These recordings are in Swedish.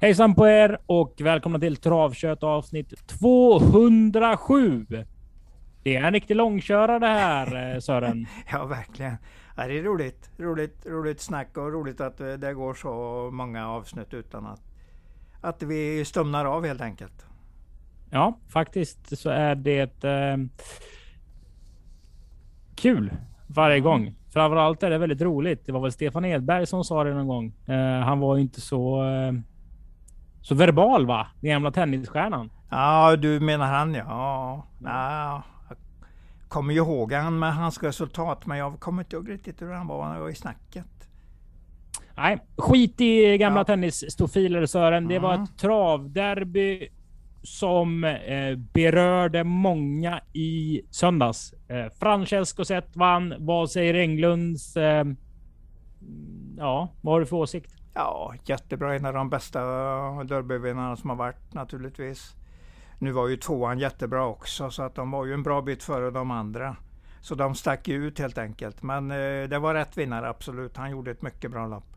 Hejsan på er och välkomna till Travkött avsnitt 207. Det är en riktig långkörare det här, Sören. Ja, verkligen. Ja, det är roligt snack och roligt att det går så många avsnitt utan att vi stumnar av helt enkelt. Ja, faktiskt så är det kul varje gång. Framförallt är det väldigt roligt. Det var väl Stefan Edberg som sa det någon gång. Han var inte så verbal, va? Den gamla tennisstjärnan. Ja, du menar han, ja. Ja, jag kommer ju ihåg han med hans resultat, men jag kommer inte ihåg riktigt hur han var i snacket. Nej, skit i gamla tennisstofiler, Sören. Det var ett travderby som berörde många i söndags. Francesco Zet vann. Vad säger Englunds? Vad har du för åsikt? Ja, jättebra. En av de bästa derbyvinnarna som har varit naturligtvis. Nu var ju tvåan jättebra också, så att de var ju en bra bit före de andra. Så de stack ju ut helt enkelt. Men det var rätt vinnare, absolut. Han gjorde ett mycket bra lopp.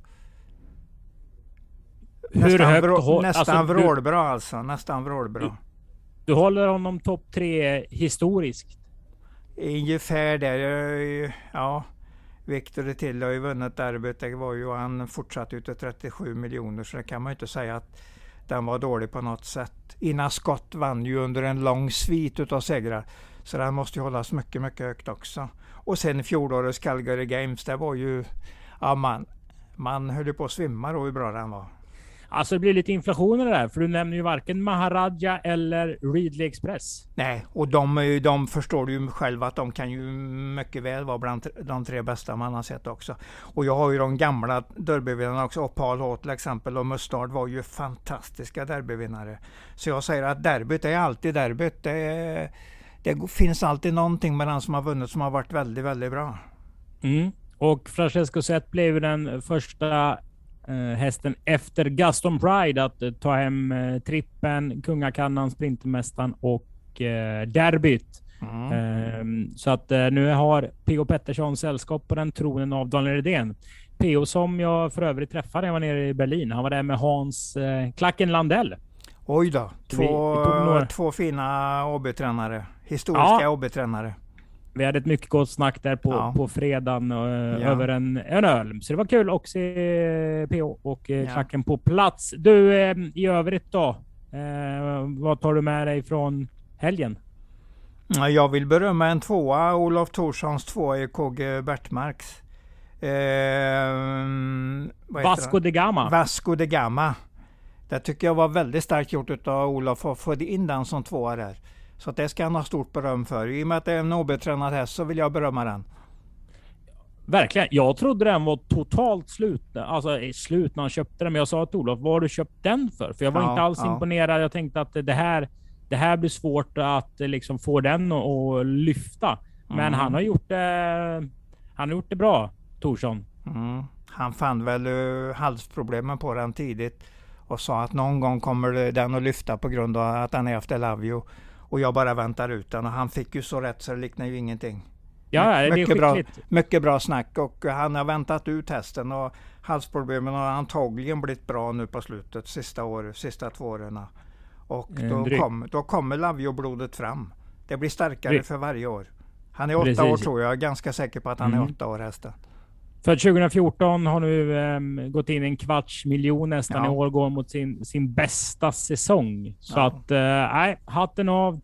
Nästan vrålbra alltså. Nästan vrålbra. Du håller honom topp 3 historiskt? Ungefär där. Ja. Victor till har ju vunnit derbyt. Det var ju, han fortsatte ut till 37 miljoner, så det kan man ju inte säga att den var dålig på något sätt. Ina Scott vann ju under en lång svit utav segrar, så den måste ju hållas mycket, mycket högt också. Och sen fjolårets Calgary Games, det var ju, ja, man höll ju på att svimma då hur bra den var. Alltså det blir lite inflation i det där, för du nämner ju varken Maharaja eller Ridley Express. Nej, och de förstår ju själva att de kan ju mycket väl vara bland de 3 bästa man har sett också. Och jag har ju de gamla derbyvinnarna också, och Paul H till exempel, och Mustard var ju fantastiska derbyvinnare. Så jag säger att derbyt är alltid derbyt. Det finns alltid någonting med den som har vunnit som har varit väldigt, väldigt bra. Och Francesco Zet blev den första hästen efter Gaston Pride att ta hem trippen, Kungakannan, Sprintermästaren och derbyt. Så att nu har P.O. Pettersson sällskap på den tronen av Daniel Redén. P.O. som jag för övrigt träffade när jag var nere i Berlin. Han var där med Hans Klacken Landell. Oj då, två fina OB-tränare. Historiska OB-tränare. Vi hade ett mycket gott snack där på fredagen över en öl. Så det var kul att se P.O. och Klacken på plats. Du, i övrigt då? Vad tar du med dig från helgen? Jag vill berömma en tvåa. Olof Thorssons tvåa i KG Bertmarks. Vasco de Gama. Vasco de Gama. Det tycker jag var väldigt starkt gjort av Olof att få in den som tvåa där. Så det ska han ha stort beröm för. I och med att det är en OB-tränad häst så vill jag berömma den. Verkligen. Jag trodde den var totalt slut. Alltså slut när han köpte den. Men jag sa till Olof, vad har du köpt den för? För jag var inte alls imponerad. Jag tänkte att det här blir svårt att liksom få den att lyfta. Men han har gjort det bra, Thorsson. Han fann väl halsproblemen på den tidigt och sa att någon gång kommer den att lyfta på grund av att han är efter Lavio. Och jag bara väntar ut den, och han fick ju så rätt så det liknar ju ingenting. Ja, det är skickligt. Mycket bra snack, och han har väntat ut hästen, och halsproblemen har antagligen blivit bra nu på slutet, sista 2 åren. Och då kommer Lavio-blodet fram. Det blir starkare för varje år. Han är 8 år tror jag, ganska säker på att han är 8 år hästen. För 2014 har nu gått in 250 000 nästan. I år går mot sin bästa säsong. Så att hatten av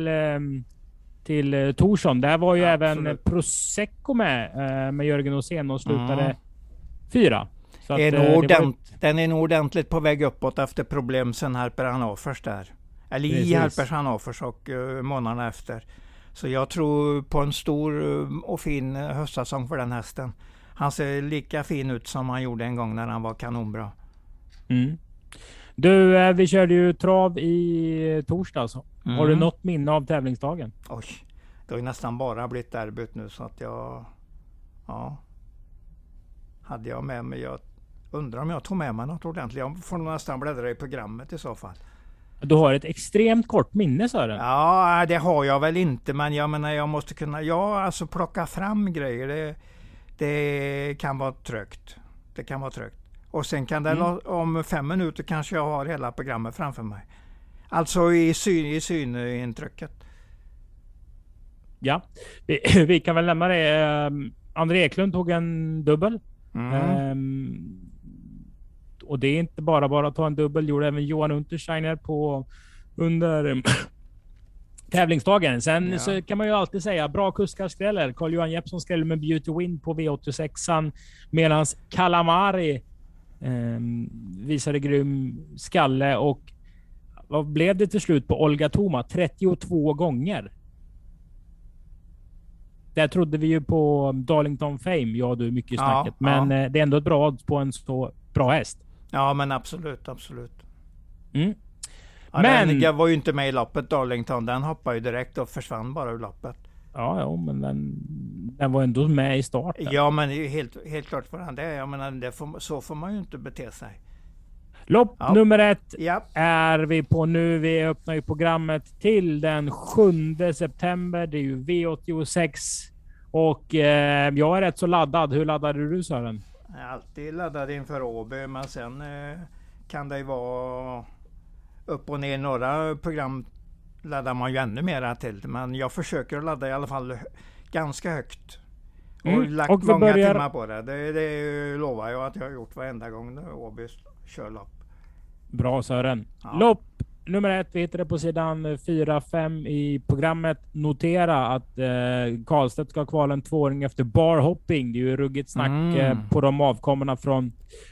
till Thorsson. Där var ju även Prosecco med Jörgen Åsén och slutade 4. Så att, den är nog ordentligt på väg uppåt efter problem sen Harper Hannoffers där. Eller i Harper Hannoffers och månaderna efter. Så jag tror på en stor och fin höstsäsong för den hästen. Han ser lika fin ut som han gjorde en gång när han var kanonbra. Du, vi körde ju trav i torsdags. Har du något minne av tävlingsdagen? Oj, det har ju nästan bara blivit derbyt nu, så att hade jag med mig, jag undrar om jag tog med mig något ordentligt. Jag får nog nästan bläddra i programmet i så fall. Du har ett extremt kort minne, sa du? Ja, det har jag väl inte, men jag menar jag måste kunna, plocka fram grejer. Det kan vara trögt. Och sen kan det om 5 minuter kanske jag har hela programmet framför mig. Alltså i synintrycket. Ja, vi kan väl nämna det. André Eklund tog en dubbel. Och det är inte bara att ta en dubbel. Gjorde även Johan Untersteiner under tävlingsdagen. Sen så kan man ju alltid säga bra kuskar skräller. Carl-Johan Jeppsson skräller med Beauty Wind på V86an. Medan Calamari visade grym skalle. Och vad blev det till slut på Olga Toma? 32 gånger. Där trodde vi ju på Darlington Fame. Ja, du mycket i snacket. Men det är ändå ett bra odds på en så bra häst. Ja, men absolut. Ja, Men jag var ju inte med i loppet Darlington. Den hoppade ju direkt och försvann bara ur loppet. Ja, men den var ändå med i starten. Ja, men det är ju helt klart för han det. Jag menar, så får man ju inte bete sig. Lopp nummer 1 är vi på nu. Vi öppnar ju programmet till den 7 september. Det är ju V86. Och jag är rätt så laddad. Hur laddade du, Sören? Jag är alltid laddad inför Åby, men sen kan det ju vara upp och ner. Några program laddar man ju ännu mera till. Men jag försöker att ladda i alla fall ganska högt. Och lagt många timmar på det. Det lovar jag att jag har gjort varenda gång Åby kör lopp. Bra, Sören. Lopp nummer 1, vi hittar det på sidan 4-5 i programmet. Notera att Karlstedt ska kvala en 2-åring efter barhopping. Det är ju ruggigt snack på de avkommorna från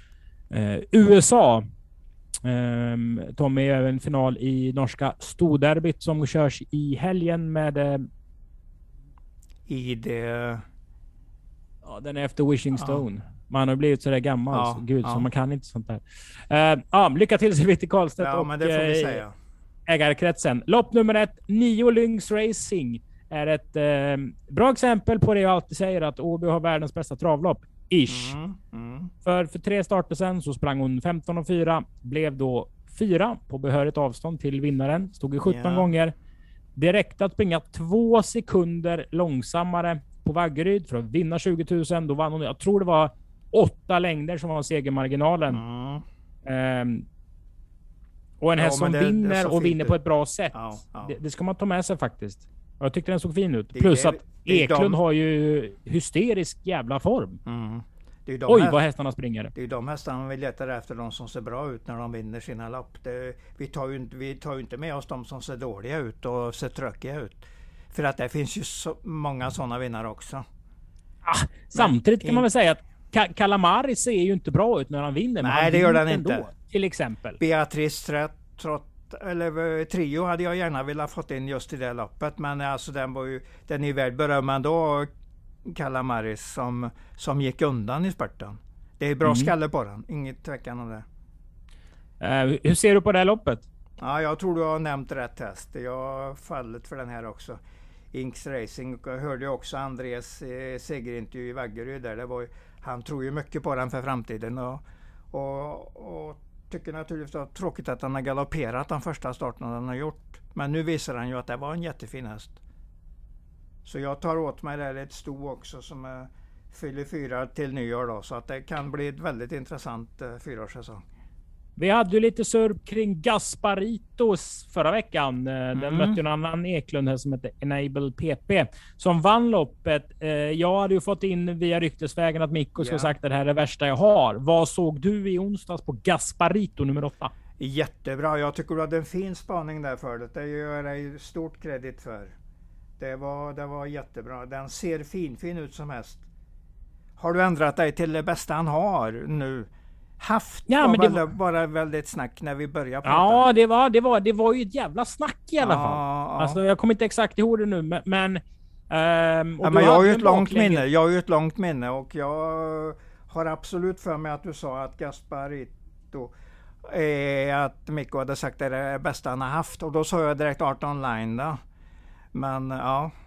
USA. Tommy är även final i norska Storderbyt som körs i helgen med den är efter Wishing Stone. Man har blivit så där gammal. Så man kan inte sånt där. Lycka till så vitt i Karlstedt och men det får vi säga. Ägarkretsen. Lopp nummer 1, 9 Lynx Racing, är ett bra exempel på det jag alltid säger, att Åby har världens bästa travlopp. Ish. För 3 starter sen så sprang hon 15,4. Blev då 4 på behörigt avstånd till vinnaren. Stod i 17 gånger. Direkt att springa 2 sekunder långsammare på Vaggeryd för att vinna 20 000. Då vann hon, jag tror det var 8 längder som var segermarginalen. Och en häst som vinner på ett bra sätt. Det ska man ta med sig faktiskt. Jag tyckte den såg fin ut. Plus att Eklund har ju hysterisk jävla form. Oj, vad hästarna springer. Det är de hästarna vi letar efter, de som ser bra ut när de vinner sina lopp. Vi tar ju inte med oss de som ser dåliga ut och ser tråkiga ut. För att det finns ju så många sådana vinnare också. Samtidigt kan man väl säga att Calamari ser ju inte bra ut när han vinner. Nej, det gör den inte. Till exempel. Beatrice Trio hade jag gärna velat fått in just i det loppet. Men alltså den är ju värd beröm ändå, Calamari, som gick undan i spurten. Det är bra skalle på den. Inget tvekan om det. Hur ser du på det här loppet? Ja, jag tror du har nämnt rätt häst. Jag har fallit för den här också. Inks Racing. Jag hörde också Andres segerintervju i Vaggeryd där. Han tror ju mycket på den för framtiden. Och tycker naturligtvis att det är tråkigt att han har galopperat den första starten han har gjort. Men nu visar han ju att det var en jättefin häst. Så jag tar åt mig där ett sto också som fyller 4 till nyår då. Så att det kan bli ett väldigt intressant 4-årssäsong. Vi hade ju lite surr kring Gasparitos förra veckan. Den mötte en annan Eklund här som heter Enable PP som vann loppet. Jag hade ju fått in via ryktesvägen att Mikko ska sagt att det här är det värsta jag har. Vad såg du i onsdags på Gasparito nummer 8? Jättebra. Jag tycker du hade en fin spaning där för det. Det gör jag dig stort kredit för. Det var jättebra. Den ser fin ut som helst. Har du ändrat dig till det bästa han har nu? Bara väldigt snack när vi började prata. Ja, det var ju ett jävla snack i alla fall. Alltså, jag kommer inte exakt ihåg det nu, men jag har ju ett långt minne och jag har absolut för mig att du sa att Gasparito att Mikko hade sagt att det är det bästa han har haft, och då sa jag direkt Art Online då. Men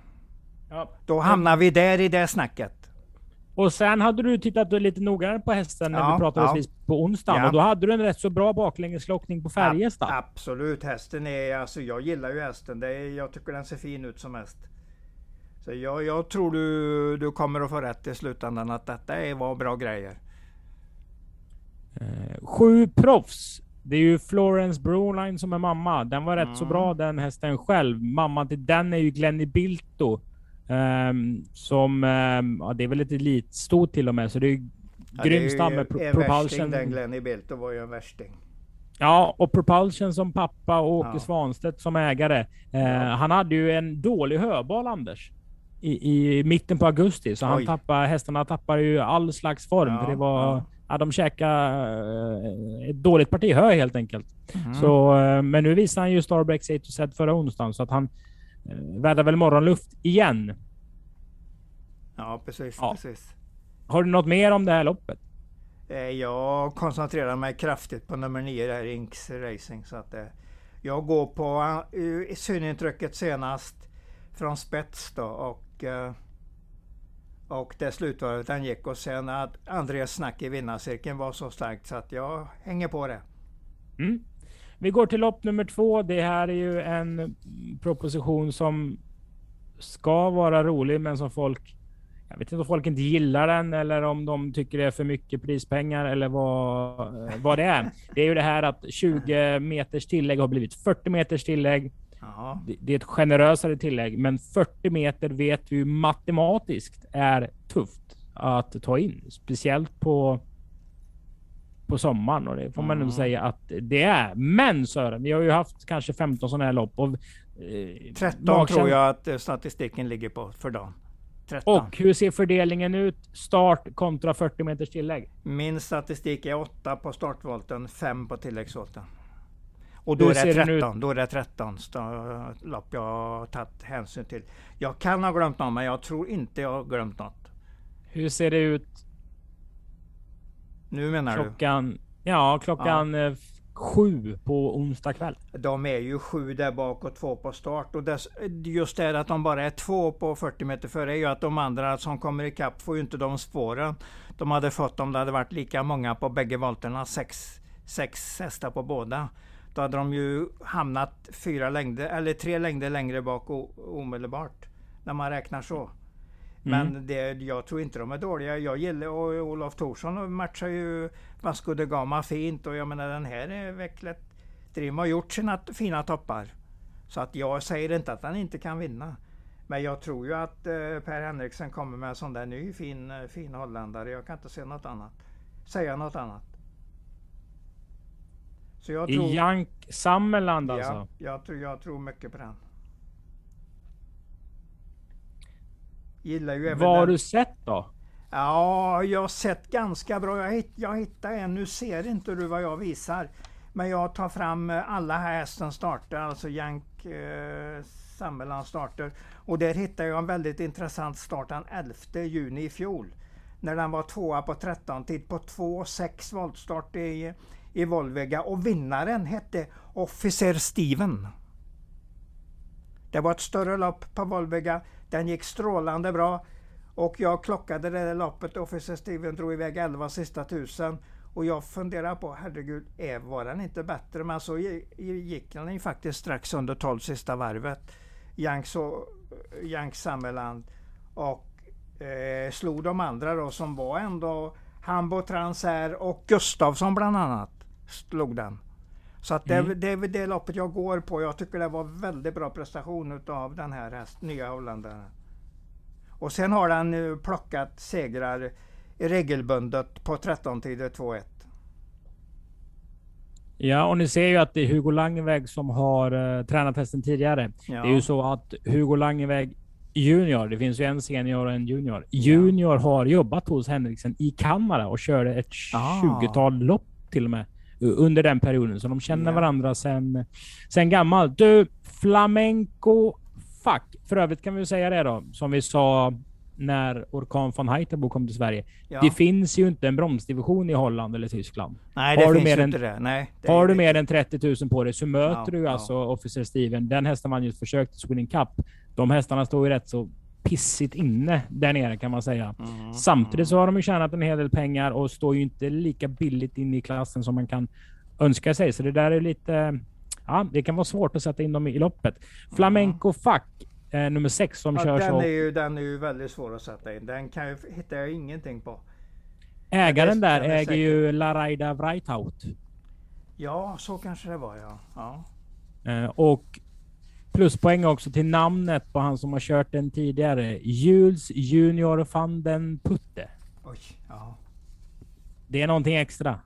då hamnar vi där i det snacket. Och sen hade du tittat lite noggrannare på hästen när vi pratade på onsdagen. Och då hade du en rätt så bra baklängeslockning på Färjestad. Absolut, hästen är, alltså jag gillar ju hästen. Jag tycker den ser fin ut som häst. Så jag tror du kommer att få rätt i slutändan att detta var bra grejer. 7 proffs. Det är ju Florence Broline som är mamma. Den var rätt så bra, den hästen själv. Mamman till den är ju Glenny Bilto. Som det är väl ett elitstort till och med, så det är grym stam med Propulsion. Den Glenny Bilto var ju en värsting. Ja, och Propulsion som pappa och Åke Svanstedt som ägare. Han hade ju en dålig höbal, Anders, i mitten på augusti, så hästarna tappade ju all slags form, för det var de käkade ett dåligt parti hö helt enkelt. Så, men nu visar han ju Starbreaks A to Z förra onsdagen, så att han vädrar väl morgonluft igen. Ja, precis. Har du något mer om det här loppet? Jag koncentrerar mig kraftigt på nummer 9 där, Inks Racing, så att jag går på synintrycket senast från spets då, och det slutvarvet den gick, och sen att Andreas snack i vinnarcirkeln var så starkt så att jag hänger på det. Vi går till lopp nummer 2. Det här är ju en proposition som ska vara rolig, men som jag vet inte om folk inte gillar den, eller om de tycker det är för mycket prispengar, eller vad det är. Det är ju det här att 20 meters tillägg har blivit 40 meters tillägg. Det är ett generösare tillägg, men 40 meter vet vi ju matematiskt är tufft att ta in, speciellt på sommaren, och det får man nog säga att det är. Men Sören, vi har ju haft kanske 15 sådana här lopp, och 13 tror jag att statistiken ligger på för dagen. 13. Och hur ser fördelningen ut? Start kontra 40 meters tillägg? Min statistik är 8 på startvolten, 5 på tilläggsvolten. Och då är det 13 lopp jag har tagit hänsyn till. Jag kan ha glömt något, men jag tror inte jag har glömt något. Hur ser det ut? Nu menar klockan 7 på onsdag kväll. De är ju 7 där bak och 2 på start. Och just det att de bara är 2 på 40 meter före är ju att de andra som kommer ikapp får ju inte de spåren de hade fått om det hade varit lika många på bägge volterna. 6 hästar på båda. Då hade de ju hamnat 3 längder längre bak omedelbart när man räknar så. Men jag tror inte de är dåliga. Jag gillar, och Olof Thorsson matchar ju Vasco da Gama fint, och jag menar den här är vecklet. Dream har gjort sina fina toppar. Så att jag säger inte att han inte kan vinna. Men jag tror ju att Per Henriksen kommer med en sån där ny fin holländare. Jag kan inte säga något annat. Så jag tror, Jank Sammeland alltså? Ja, jag tror mycket på den. Vad har du sett då? Ja, jag har sett ganska bra. Jag hittade en, nu ser inte du vad jag visar. Men jag tar fram alla hästens starter, alltså Jank Sammeland starter. Och där hittade jag en väldigt intressant start den 11 juni i fjol. När den var 2 på 13 tid på 2,6 voltstart i Volvega. Och vinnaren hette Officer Steven. Det var ett större lopp på Volvega. Den gick strålande bra. Och jag klockade det där loppet. Officer Steven drog iväg 11 sista 1000. Och jag funderar på, herregud, var den inte bättre? Men så gick den ju faktiskt strax under 12 sista varvet. Jank Sammeland. Och slog de andra då, som var ändå Hambo Transair och Gustavsson bland annat. Slog den. Så att det är det loppet jag går på. Jag tycker det var väldigt bra prestation av den här nya holländaren. Och sen har den nu plockat segrar regelbundet på 13-tider 2-1. Ja, och ni ser ju att det är Hugo Langeväg som har tränat hästen tidigare. Ja. Det är ju så att Hugo Langeväg junior, det finns ju en senior och en junior. Junior har jobbat hos Henriksen i Kanada och körde ett 20-tal lopp till och med under den perioden. Så de känner varandra sen gammalt. Du, Flamenco Fuck. För övrigt kan vi säga det då, som vi sa när Orkan van Heiterbo kom till Sverige. Ja. Det finns ju inte en bromsdivision i Holland eller Tyskland. Nej, det finns ju inte det. Nej, har du mer än 30 000 på dig så möter du alltså Officer Steven. Den hästen man just försökt i Sweden Cup. De hästarna står ju rätt så pissigt inne där nere kan man säga. Samtidigt så har de ju tjänat en hel del pengar och står ju inte lika billigt in i klassen som man kan önska sig. Så det där är lite... Ja, det kan vara svårt att sätta in dem i loppet. Flamenco Fuck, nummer 6 som kör den är ju väldigt svår att sätta in. Den hittar jag ingenting på. Ägaren där den är äger säker. ju Laraida Breithout. Ja, så kanske det var, ja. Och pluspoäng också till namnet på han som har kört den tidigare. Jules Junior van den Putte. Oj, ja. Det är någonting extra.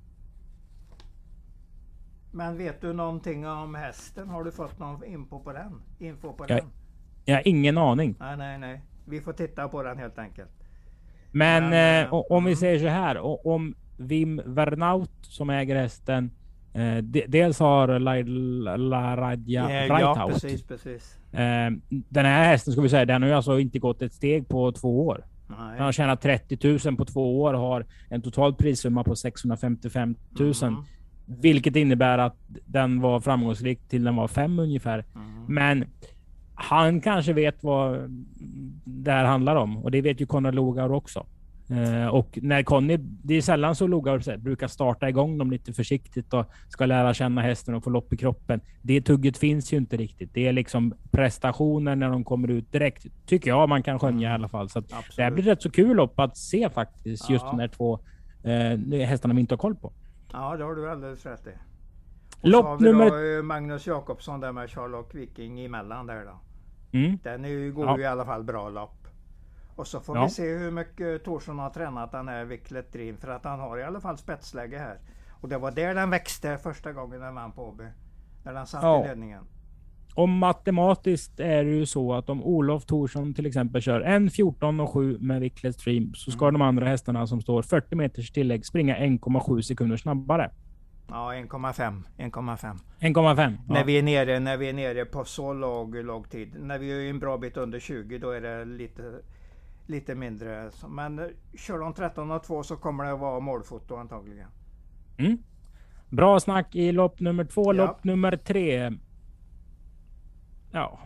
Men vet du någonting om hästen? Har du fått någon info på den? Jag har ingen aning. Nej. Vi får titta på den helt enkelt. Men om vi säger så här. Om Wim Vernaut som äger hästen dels har Laradia Breithout. Ja, precis. Den här hästen ska vi säga, den har ju alltså inte gått ett steg på 2 år. Nej. Den har tjänat 30 000 på 2 år och har en total prissumma på 655 000. Vilket innebär att den var framgångsrik till den var 5 ungefär. Men han kanske vet vad det här handlar om. Och det vet ju Conrad Lugauer också. Och när Conny, det är sällan så Lugauer brukar starta igång dem lite försiktigt och ska lära känna hästen och få lopp i kroppen. Det tugget finns ju inte riktigt. Det är liksom prestationer när de kommer ut direkt. Tycker jag man kan skönja i alla fall. Så att det här blir rätt så kul lopp att se faktiskt. Just de här 2 hästarna vi inte har koll på. Ja, det har du alldeles rätt i. Lopp nummer... Magnus Jakobsson där med Charlotte Viking emellan där då. Den går ju i alla fall bra lopp. Och så får vi se hur mycket Thorsson har tränat den här Wicklet Dream. För att han har i alla fall spetsläge här. Och det var där den växte första gången den vann på Åby. När den satt i ledningen. Och matematiskt är det ju så att om Olof Thorsson till exempel kör 1:14,7 med Wicklet Dream, så ska de andra hästarna som står 40 meters tillägg springa 1,7 sekunder snabbare. Ja, 1,5. 1,5. När vi är nere på så låg tid. När vi är en bra bit under 20, då är det lite mindre. Men kör de 13,2 så kommer det att vara målfoto antagligen. Bra snack i lopp nummer 2. Lopp nummer 3. Ja,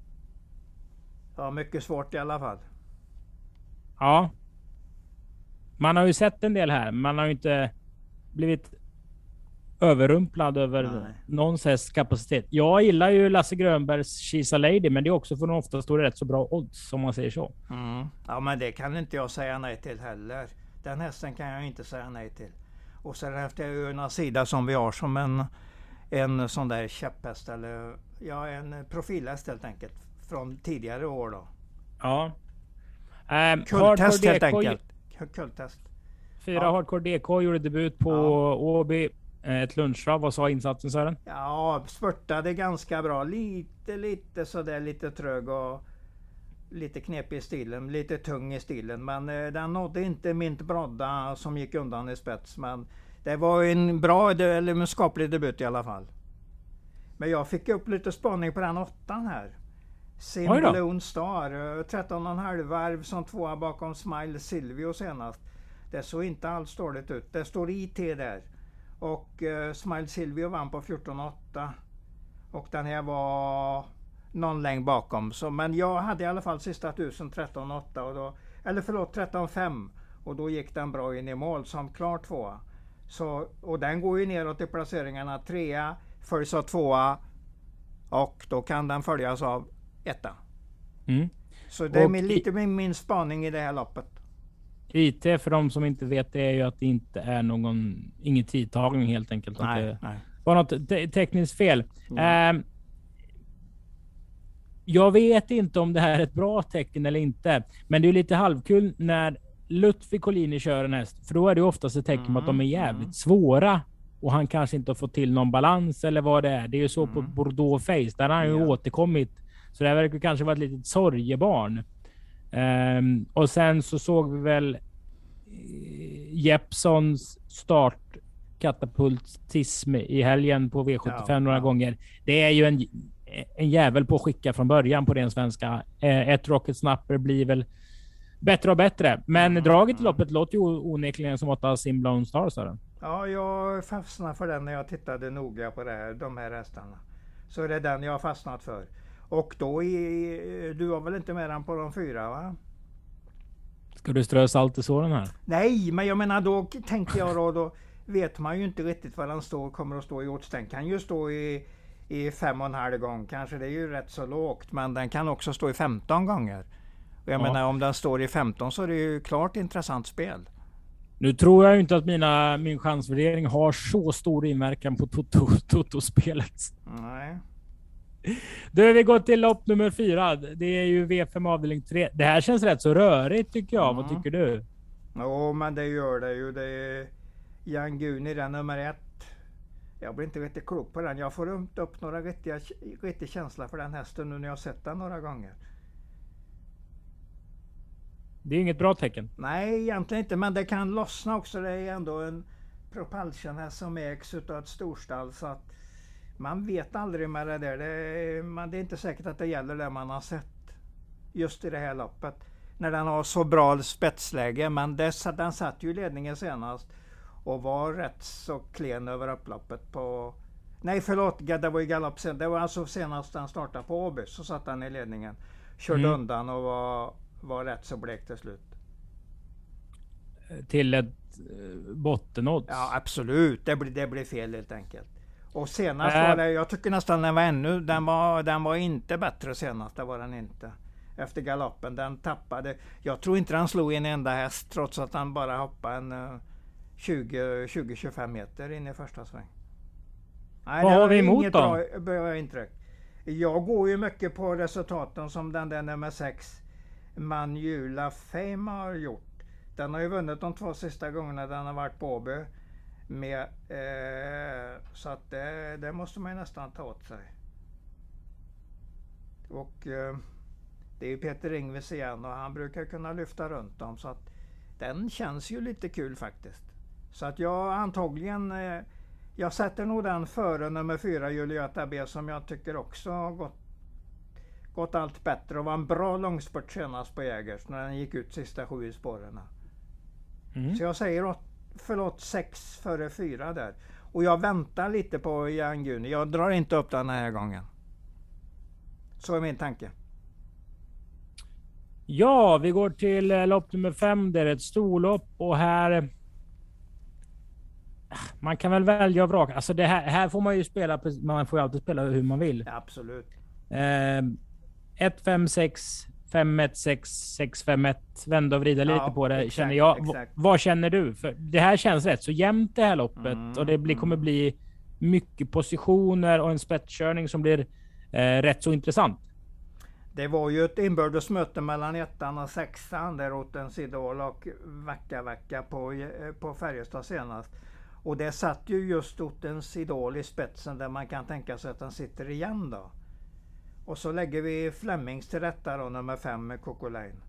mycket svårt i alla fall. Ja. Man har ju sett en del här. Man har ju inte blivit överrumplad över någons hästs kapacitet. Jag gillar ju Lasse Grönbergs She's a Lady, men det är också för att ofta står det rätt så bra odds, om man säger så. Ja, men det kan inte jag säga nej till heller. Den hästen kan jag inte säga nej till. Och sen efter Öna Sida som vi har som en sån där käpphäst eller en profilhäst helt enkelt från tidigare år då. Ja. Kulttest helt enkelt. Kulttest. 4 Hardcore DK gjorde debut på Åby. Ett lunchrav. Vad sa insatsen, Sören? Ja, spurtade ganska bra. Lite sådär lite trög och lite knepig i stilen. Lite tung i stilen. Men den nådde inte Mint Brodda som gick undan i spets. Men det var en bra eller en skaplig debut i alla fall. Men jag fick upp lite spaning på den 8:an här. Simbalone Star. 13,5 varv som 2 bakom Smile Silvio senast. Det såg inte alls dåligt ut. Det står IT där. Och Smile Silvio vann på 14,8. Och den här var någon längd bakom. Men jag hade i alla fall sista 1000 13,8 13,5. Och då gick den bra in i mål som klar 2. Och den går ju neråt i placeringarna. 3 följs av 2. Och då kan den följas av 1. Så det är lite min spaning i det här loppet. IT för de som inte vet det är ju att det inte är ingen tidtagning helt enkelt. Nej. Det var något tekniskt fel. Jag vet inte om det här är ett bra tecken eller inte. Men det är lite halvkul när Lutfi Collini kör en häst. För då är det oftast ett tecken på att de är jävligt svåra. Och han kanske inte har fått till någon balans eller vad det är. Det är ju så på Bordeaux Face. Där har han ju återkommit. Så det verkar kanske vara ett litet sorgebarn. Och sen så såg vi väl Jeppsons startkatapultism i helgen på V75 några gånger. Det är ju en jävel på att skicka från början på den svenska. Ett Rocket Snapper blir väl bättre och bättre. Men draget i loppet låter ju onekligen som 8 Simbalone Star, sa. Ja, jag fastnade för den när jag tittade noga på de här hästarna. Så är det den jag har fastnat för. Och då du har väl inte med den på de 4, va? Ska du strö salt i såren här? Nej, men jag menar då tänkte jag då vet man ju inte riktigt vad den kommer att stå i odds. Den kan ju stå i 5,5 gånger. Kanske det är ju rätt så lågt, men den kan också stå i 15 gånger. Och jag menar om den står i 15 så är det ju klart intressant spel. Nu tror jag inte att min chansvärdering har så stor inverkan på Toto-spelet. Nej. Du, vi går till lopp nummer 4. Det är ju V5 avdelning 3. Det här känns rätt så rörigt tycker jag. Vad tycker du? Jo, men det gör det ju. Det är Jan Guni, den nummer 1. Jag blir inte riktigt klok på den. Jag får inte upp några riktig känsla för den hästen nu när jag har sett den några gånger. Det är inget bra tecken. Nej, egentligen inte. Men det kan lossna också. Det är ändå en propulsion-häst som ägs utav ett storstall. Så att man vet aldrig med det där. Det är inte säkert att det gäller det man har sett just i det här loppet. När den har så bra spetsläge. Men den satt ju i ledningen senast. Och var rätt så klen över upploppet på... Nej förlåt, det var i galopp sen. Det var alltså senast den startade på Åby. Så satt han i ledningen. Körde undan och var rätt så blek till slut. Till ett bottenodds. Ja absolut, det blir fel helt enkelt. Och senast var det, jag tycker nästan den var inte bättre senast, det var den inte. Efter galoppen, den tappade. Jag tror inte den slog en enda häst trots att han bara hoppade en 20-25 meter in i första sväng. Nej, vad har vi emot då? Bra intryck. Jag går ju mycket på resultaten som den där nummer 6 Manjula Fame har gjort. Den har ju vunnit de 2 sista gångerna den har varit på Åby. Så att det måste man ju nästan ta åt sig. Och det är ju Peter Ingves igen och han brukar kunna lyfta runt dem. Så att den känns ju lite kul faktiskt. Så att jag antagligen... jag sätter nog den före nummer 4 Julieta B som jag tycker också har gått allt bättre och var en bra långspurt senast på Jägers när den gick ut sista 7 i spåren. Så jag säger 6 före 4 där. Och jag väntar lite på Jan Guni. Jag drar inte upp den här gången. Så är min tanke. Ja, vi går till lopp nummer 5. Det är ett storlopp och här... Man kan väl välja och vraka. Alltså det här får man ju spela. Man får ju alltid spela hur man vill. Ja, absolut. 1, 5, 6, 5, 1, 6, 6, 5, 1. Vända och vrida lite på det. Exakt, känner jag. Exakt. Vad känner du? För det här känns rätt så jämnt det här loppet. Och det kommer bli mycket positioner och en spetskörning som blir rätt så intressant. Det var ju ett inbördes möte mellan 1 och 6 där åt en Sidol och Vacka på Färjestad senast. Och det satt ju just åt en Sidol i spetsen där man kan tänka sig att den sitter igen då. Och så lägger vi Flemings till rätta då, nummer 5 med Coco Lane.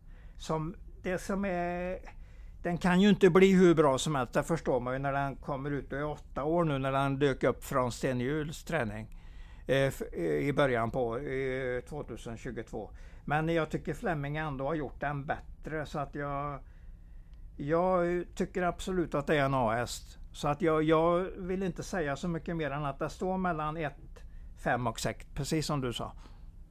Den kan ju inte bli hur bra som helst, det förstår man ju när den kommer ut och är 8 år nu när den dök upp från Sten Juhls träning i början på 2022. Men jag tycker Flemming ändå har gjort den bättre så att jag tycker absolut att det är en A-häst. Så att jag vill inte säga så mycket mer än att det står mellan 1, 5 och 6, precis som du sa.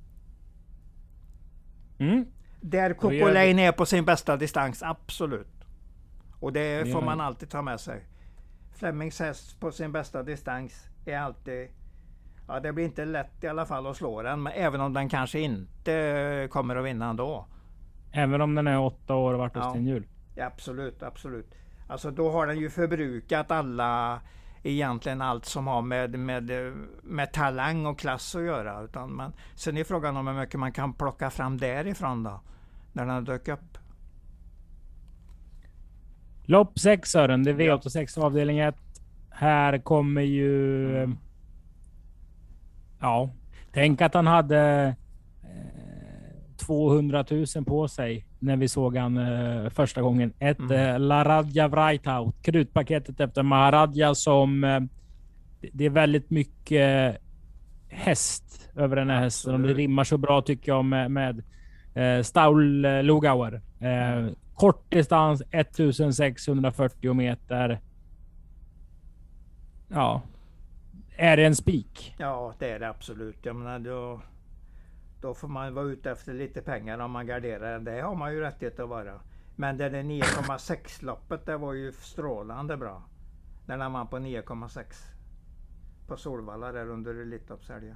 Där Coco Lane är på sin bästa distans, absolut. Och det får man alltid ta med sig. Flemings häst på sin bästa distans är alltid... Ja, det blir inte lätt i alla fall att slå den, men även om den kanske inte kommer att vinna ändå. Även om den är 8 år och varit hos Sten Juhl? Ja, absolut, absolut. Alltså då har den ju förbrukat egentligen allt som har med talang och klass att göra. Sen är frågan om hur mycket man kan plocka fram därifrån då, när den dök upp. Lopp 6 Sören, det är V86 avdelning 1. Här kommer ju... Ja, tänk att han hade 200 000 på sig när vi såg han första gången. Laradja Wrightout, krutpaketet efter Maharadja som det är väldigt mycket häst över den här hästen. Och det rimmar så bra tycker jag med Staul Lugauer. Kort distans 1640 meter. Ja. Är det en spik? Ja, det är det absolut. Jag menar, då får man vara ute efter lite pengar om man garderar. Det har man ju rättighet att vara. Men det där 9,6 loppet, det var ju strålande bra. När den vann på 9,6 på Solvalla där under Elitloppshelgen.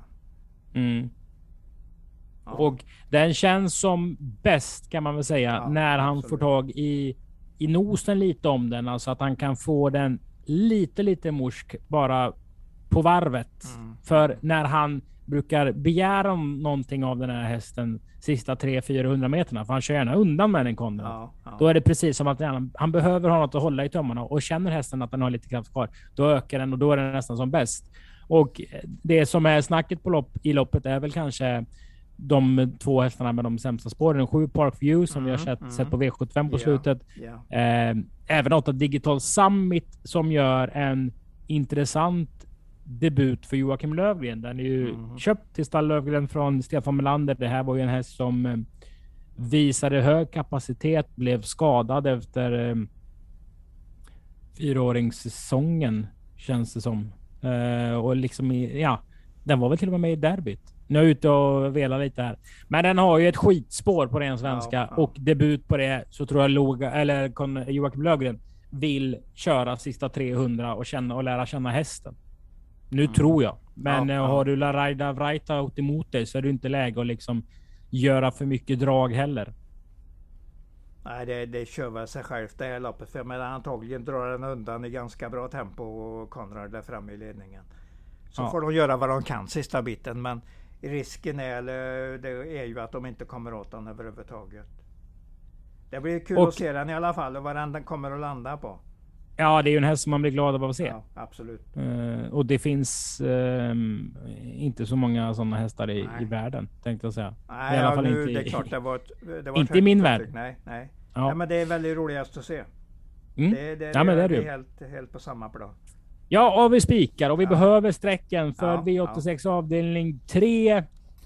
Ja. Och den känns som bäst kan man väl säga när han får tag i i nosen lite om den. Alltså att han kan få den lite morsk bara på varvet. För när han brukar begära någonting av den här hästen sista 300-400 meterna, för han kör gärna undan med den Konrad. Då är det precis som att han behöver ha något att hålla i tummarna, och känner hästen att den har lite kraft kvar, då ökar den och då är den nästan som bäst. Och det som är snacket i loppet är väl kanske de 2 hästarna med de sämsta spåren. 7 Parkview som vi har sett på V75 på slutet. Även 8 Digital Summit som gör en intressant debut för Joakim Lövgren. Den är ju köpt till stall Lövgren från Stefan Melander. Det här var ju en häst som visade hög kapacitet, blev skadad efter 4-åringssäsongen känns det som. Och liksom den var väl till och med i derbyt. Nu är jag ute och velar lite här. Men den har ju ett skitspår på ren svenska och debut på det, så tror jag Joakim Lövgren vill köra sista 300 och lära känna hästen. Nu tror jag. Men har du Laraida Wright emot dig, så är det inte läge att liksom göra för mycket drag heller. Nej, det kör väl sig självt det här loppet. För jag menar, antagligen drar den undan i ganska bra tempo och Konrad där framme i ledningen. Så får de göra vad de kan sista biten. Men risken är ju att de inte kommer åt den överhuvudtaget. Det blir kul att se den i alla fall, och vad den kommer att landa på. Ja, det är ju en häst som man blir glad av att se. Ja, absolut. Och det finns inte så många sådana hästar i världen, tänkte jag säga. Nej, i alla fall inte, det är klart det var inte i min värld. Nej. Ja. Ja, men det är väldigt roligast att se. Det är helt på samma plan. Ja, och vi spikar och vi behöver sträcken för V86 avdelning 3.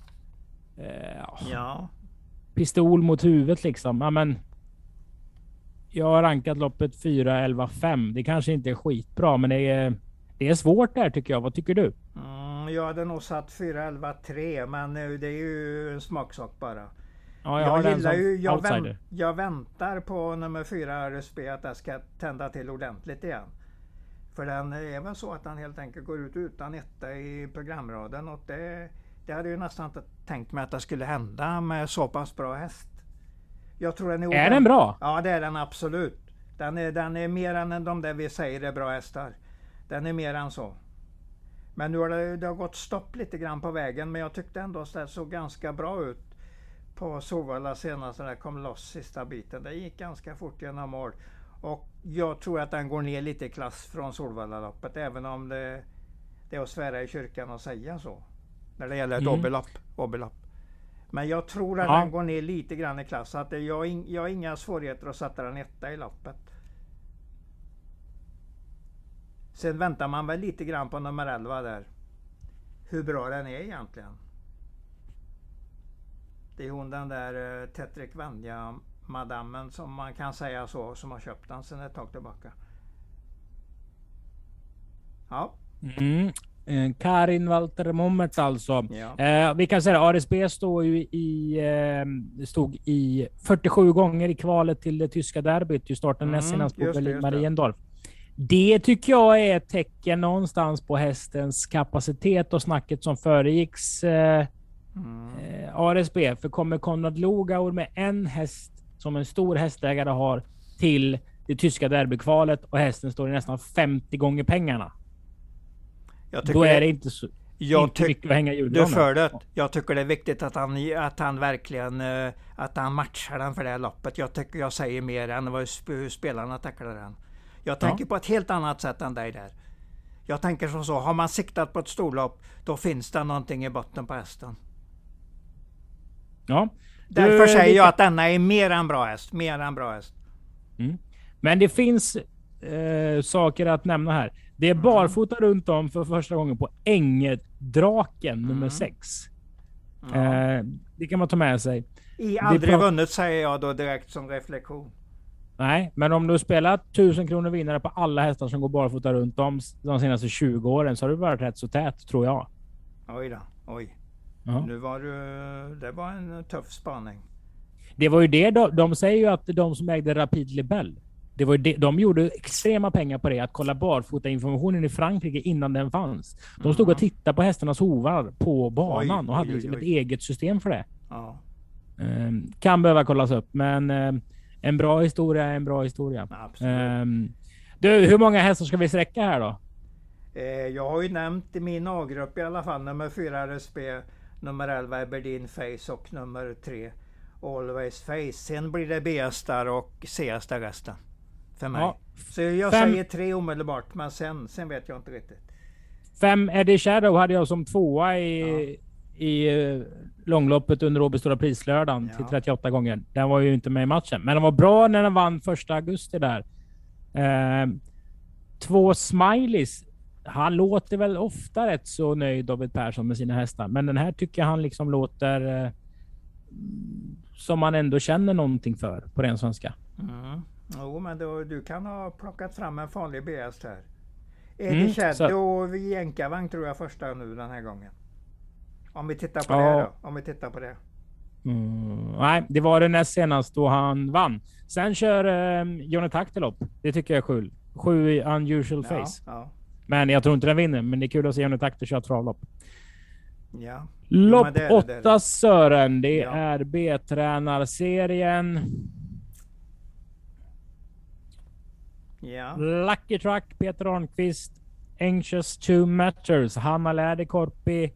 Pistol mot huvudet liksom. Ja, men jag har rankat loppet 4-11-5. Det kanske inte är skitbra, men det är svårt där tycker jag. Vad tycker du? Jag hade nog satt 4-11-3, men det är ju en smaksak bara. Ja, jag väntar på nummer 4 RSB att det ska tända till ordentligt igen. För den är väl så att den helt enkelt går ut utan etta i programraden, och det hade ju nästan inte tänkt mig att det skulle hända med så pass bra häst. Jag tror den är den bra? Ja, det är den absolut. Den är mer än de där vi säger är bra hästar. Den är mer än så. Men nu har det har gått stopp lite grann på vägen, men jag tyckte ändå att det såg ganska bra ut på Solvalla senast när det kom loss sista biten. Det gick ganska fort genom mål. Och jag tror att den går ner lite i klass från Solvalla-loppet, även om det är att svära i kyrkan och säga så. När det gäller ett obbelopp. Men jag tror att den går ner lite grann i klass. Så att jag har inga svårigheter att sätta den etta i loppet. Sen väntar man väl lite grann på nummer 11 där. Hur bra den är egentligen. Det är hon den där Tetrik Vanja madammen, som man kan säga så, som har köpt den sen ett tag tillbaka. Ja. Karin Walter Mommet alltså. Vi kan säga att RSB stod i 47 gånger i kvalet till det tyska derbyt. Ju starten näst senast på Berlin-Mariendorf. Det tycker jag är ett tecken någonstans på hästens kapacitet och snacket som föregicks RSB. För kommer Konrad Lugauer med en häst som en stor hästägare har till det tyska derbykvalet, och hästen står i nästan 50 gånger pengarna. Då är det inte så mycket att hänga julgranen. Jag tycker det är viktigt att han verkligen att han matchar den för det här loppet. Jag säger mer än vad spelarna tacklar den. Jag tänker på ett helt annat sätt än dig där. Jag tänker som så, har man siktat på ett storlopp, då finns det någonting i botten på hästen. Ja. Därför säger jag att denna är mer än bra häst. Men det finns saker att nämna här. Det är barfota runt om för första gången på Ängedraken nummer 6. Det kan man ta med sig. Aldrig vunnit, säger jag då direkt som reflektion. Nej, men om du spelar 1000 kronor vinnare på alla hästar som går barfota runt om de senaste 20 åren, så har du varit rätt så tät, tror jag. Oj då, oj. Nu det var en tuff spaning. Det var ju det de säger ju att de som ägde Rapid Libelle, det var ju de gjorde extrema pengar på det, att kolla barfota informationen i Frankrike innan den fanns. De stod och tittade på hästarnas hovar på banan och hade liksom ett eget system för det. Kan behöva kollas upp, men en bra historia är en bra historia. Absolut. Du, hur många hästar ska vi sträcka här då? Jag har ju nämnt i min A-grupp i alla fall nummer 4 RSB, nummer 11 Aberdeen Face och nummer 3 Always Face. Sen blir det B-hästar och C-hästar resten. För mig. Ja. Så jag säger 3 omedelbart, men sen vet jag inte riktigt. 5 Eddie Shadow hade jag som 2 i långloppet under Åby Stora Prislördagen till 38 gånger. Den var ju inte med i matchen, men den var bra när den vann 1 augusti där. 2 Smileys. Han låter väl ofta rätt så nöjd, David Persson, med sina hästar. Men den här tycker han liksom låter som man ändå känner någonting för på ren svenska. Jo, men du kan ha plockat fram en farlig B-häst här. Eddie Shadow och jänkarvagn tror jag första nu den här gången. Om vi tittar på det då. Om vi tittar på det. Nej, det var det näst senast då han vann. Sen kör Johnny Taktelopp. Det tycker jag är kul. 7 i Unusual Face. Ja. Men jag tror inte den vinner. Men det är kul att se Johnny Takter köra travlopp. Ja. Lopp 8 Sören. Det är B-tränarserien. Ja. Lucky Truck, Peter Arnqvist. Anxious to Matters, Hanna Läderkorpi.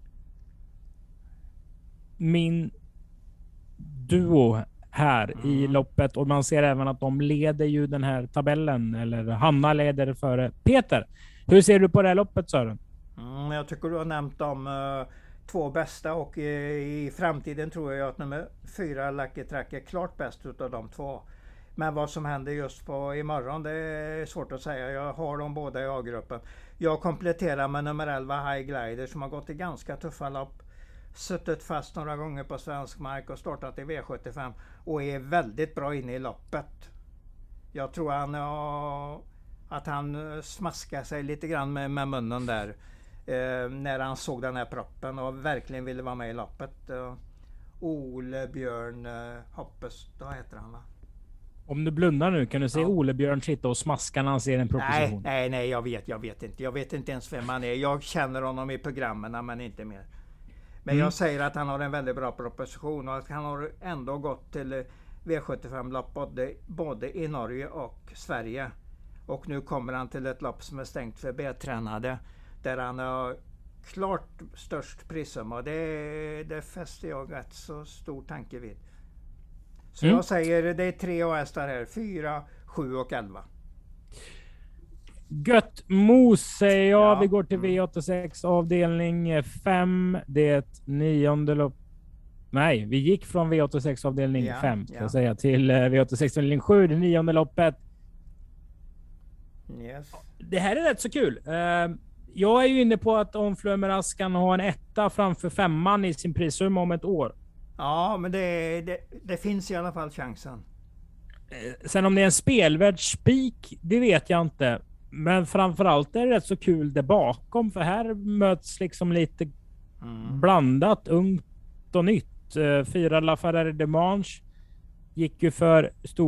Min duo här i loppet. Och man ser även att de leder ju den här tabellen. Eller Hanna leder före Peter. Hur ser du på det här loppet, Sören? Jag tycker du har nämnt de 2 bästa. Och i framtiden tror jag att nummer 4 Lucky Truck är klart bäst utav de 2. Men vad som händer just på imorgon, det är svårt att säga. Jag har dem båda i A-gruppen. Jag kompletterar med nummer 11 High Glider som har gått i ganska tuffa lopp. Suttit fast några gånger på svensk mark och startat i V75 och är väldigt bra inne i loppet. Jag tror att han smaskade sig lite grann med munnen där när han såg den här proppen och verkligen ville vara med i loppet. Ole Björn Hoppes, då heter han va? Om du blundar nu kan du se Ole Björn sitta och smaska när han ser en proposition. Nej, jag vet inte. Jag vet inte ens vem han är. Jag känner honom i programmen men inte mer. Men jag säger att han har en väldigt bra proposition och att han har ändå gått till V75-lopp både i Norge och Sverige. Och nu kommer han till ett lopp som är stängt för B-tränade där han har klart störst prissumma. Det fäster jag rätt så stor tanke vid. Så jag säger det är 3 hästar här. 4, 7 och 11. Gött mos säger jag. Ja. Vi går till V86 avdelning 5. Det är ett 9:e lopp. Nej, vi gick från V86 avdelning 5 ska jag säga till V86 avdelning 7. Det 9:e loppet. Yes. Det här är rätt så kul. Jag är ju inne på att Onflömeras kan ha en 1 framför 5 i sin prissumma om ett år. Ja, men det finns i alla fall chansen. Sen om det är en spelvärd spik, det vet jag inte. Men framförallt är det rätt så kul där bakom. För här möts liksom lite blandat, ungt och nytt. 4 La Ferrari de Manche gick ju för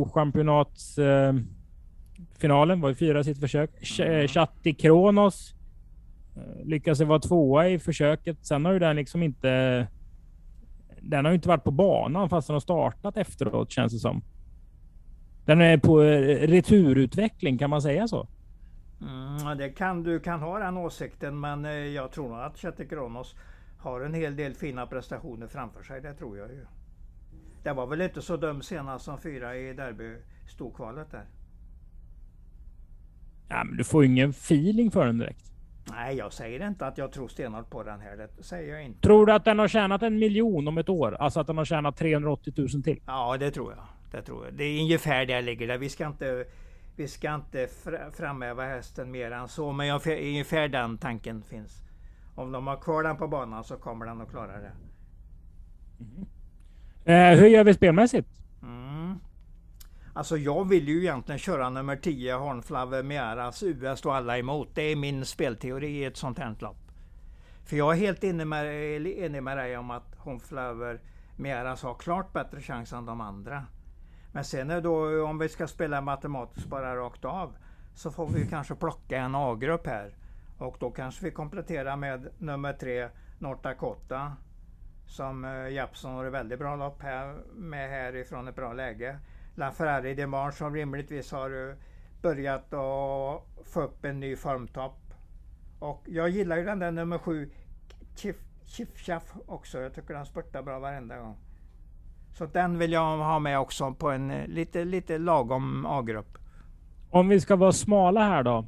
storchampionatsfinalen. Var ju 4 sitt försök. Chatti Kronos lyckades vara 2 i försöket. Sen har ju den liksom inte... Den har ju inte varit på banan fast den har startat efteråt, känns det som. Den är på returutveckling, kan man säga så? Du kan ha den åsikten, men jag tror nog att Chatti Kronos har en hel del fina prestationer framför sig, det tror jag ju. Det var väl inte så dum senast som 4 i derby-storkvalet där. Ja, men du får ju ingen feeling för den direkt. Nej, jag säger inte att jag tror stenhårt på den här. Det säger jag inte. Tror du att den har tjänat 1 miljon om ett år? Alltså att den har tjänat 380 000 till? Ja, det tror jag. Det är ungefär där ligger det. Vi ska inte framhäva hästen mer än så. Men ungefär den tanken finns. Om de har kvar den på banan så kommer den att klara det. Hur gör vi spelmässigt? Alltså jag vill ju egentligen köra nummer 10 Hornflower Mearas US och alla emot. Det är min spelteori i ett sånt här lopp. För jag är helt enig med dig om att Hornflower Mearas har klart bättre chans än de andra. Men sen är då, om vi ska spela matematiskt bara rakt av, så får vi kanske plocka en A-grupp här. Och då kanske vi kompletterar med nummer 3 North Dakota. Som Japson har ett väldigt bra lopp här med härifrån ett bra läge. LaFerrari de Marche som rimligtvis har börjat att få upp en ny formtopp. Och jag gillar ju den där nummer 7 Chiff också. Jag tycker den spurtar bra varenda gång. Så den vill jag ha med också på en lite lagom A-grupp. Om vi ska vara smala här då.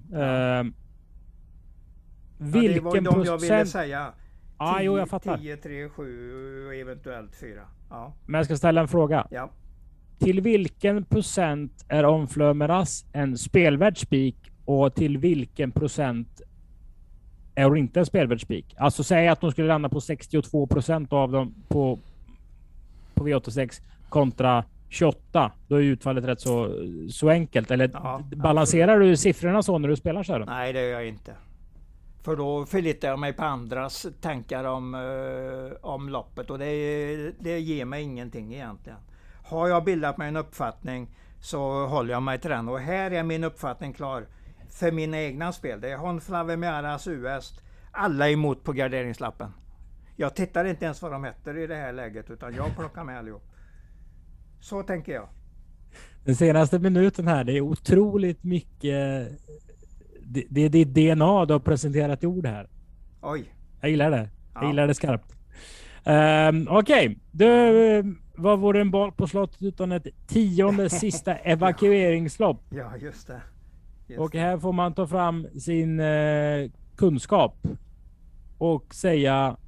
Vilken det var de jag ville säga. 10, jag fattar. 10, 3, 7 och eventuellt 4. Ja. Men jag ska ställa en fråga. Ja. Till vilken procent är Onfleur-Meras en spelvärd spik och till vilken procent är hon inte en spelvärd spik? Alltså säg att de skulle landa på 62% av dem på V86 kontra 28. Då är utfallet rätt så enkelt. Eller balanserar du siffrorna så när du spelar så här? Nej, det gör jag inte. För då förlitar jag mig på andras tankar om loppet och det ger mig ingenting egentligen. Har jag bildat mig en uppfattning så håller jag mig till den. Och här är min uppfattning klar för mina egna spel. Det är Honfleur-Meras US. Alla är emot på garderingslappen. Jag tittar inte ens vad de heter i det här läget utan jag plockar med allihop. Så tänker jag. Den senaste minuten här, det är otroligt mycket. Det är ditt DNA du har presenterat i ord här. Oj. Jag gillar det. Ja. Jag gillar det skarpt. Okej. Vad vore en boll på slottet utan ett 10:e sista evakueringslopp? Ja, just det. Och här får man ta fram sin kunskap och säga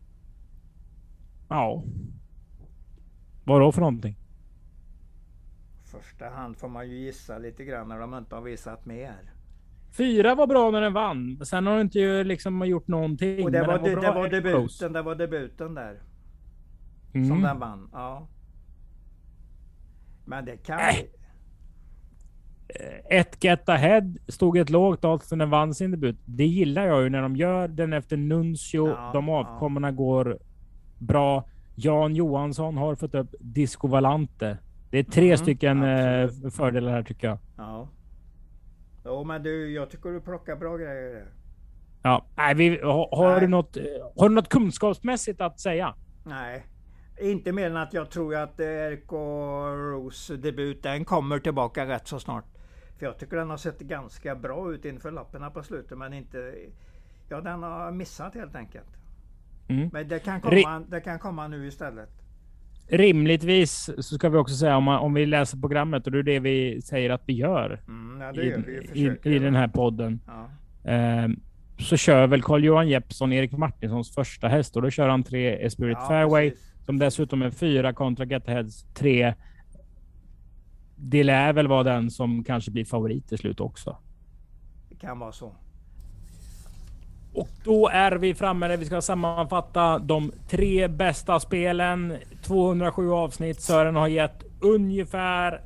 vad då för någonting? Första hand får man ju gissa lite grann när de inte har visat mer. 4 var bra när den vann. Sen har den inte ju liksom gjort någonting. Och det var debuten där. Som den vann. Ja. Men det kan... Ett Get Ahead stod ett lågt odds när den vann sin debut. Det gillar jag ju när de gör den efter Nuncio. De avkommorna går bra. Jan Johansson har fått upp Disco Valante. Det är 3 stycken fördelar här tycker jag. Ja. Jo, men jag tycker du plockar bra grejer där. Ja, har du något kunskapsmässigt att säga? Nej, inte mer än att jag tror att RK Rose debut, den kommer tillbaka rätt så snart. För jag tycker den har sett ganska bra ut inför lapparna på slutet, men inte... Ja, den har missat helt enkelt. Men det kan komma nu istället. Rimligtvis så ska vi också säga om vi läser programmet, och det är det vi säger att vi gör, i den här podden. Ja. Så kör väl Carl-Johan Jeppsson Erik Martinssons första häst, och då kör han 3 Spirit Fairway, precis. Som dessutom är 4 kontra Get Aheads 3. Det lär väl vara den som kanske blir favorit till slut också. Det kan vara så. Och då är vi framme där vi ska sammanfatta de 3 bästa spelen. 207 avsnitt. Sören har gett ungefär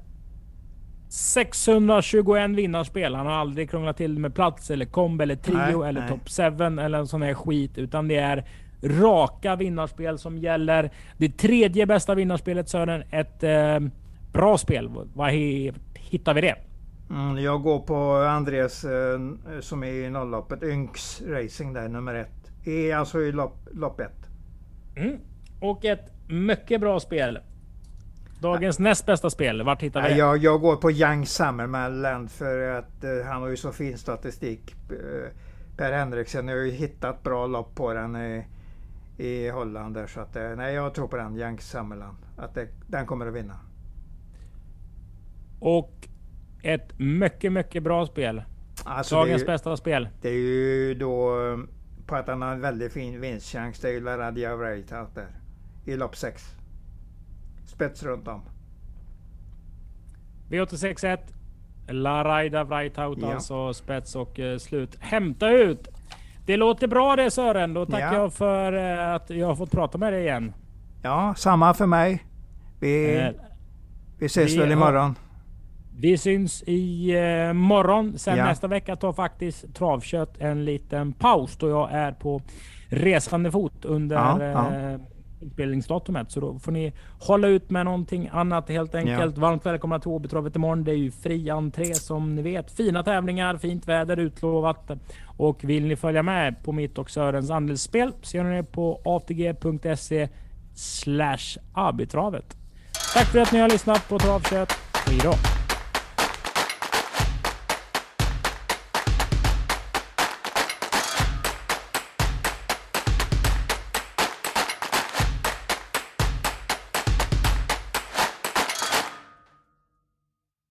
621 vinnarspel. Han har aldrig krånglat till med plats eller komb eller trio eller top 7 eller en sån här skit, utan det är raka vinnarspel som gäller. Det 3:e bästa vinnarspelet, Sören, ett bra spel. Vad hittar vi det? Jag går på Andres som är i nollloppet, Ynx Racing där, nummer 1. Alltså i lopp 1. Och ett mycket bra spel. Dagens näst bästa spel. Vart hittar vi det? Jag går på Young Summerland för att han har ju så fin statistik. Per Henriksen har ju hittat bra lopp på den i Holland där, så att jag tror på den, Young Summerland, att den kommer att vinna. Och ett mycket, mycket bra spel. Alltså dagens bästa spel. Det är ju då på att han har en väldigt fin vinstchans. Det är ju La Radia Vrightout där i lopp 6. Spets runt om. V86.1 La Raida Vrightout, alltså spets och slut. Hämta ut. Det låter bra det, Sören. Då tackar jag för att jag har fått prata med dig igen. Ja, samma för mig. Vi ses väl imorgon. Vi syns i morgon. Sen nästa vecka tar faktiskt Travkött en liten paus då jag är på resande fot under inspelningsdatumet. Så då får ni hålla ut med någonting annat helt enkelt. Varmt välkomna till Åbytravet imorgon. Det är ju fri entré som ni vet. Fina tävlingar, fint väder utlovat. Och vill ni följa med på mitt och Sörens andelsspel så gör ni det på atg.se/abitravet. Tack för att ni har lyssnat på Travkött. Hej då!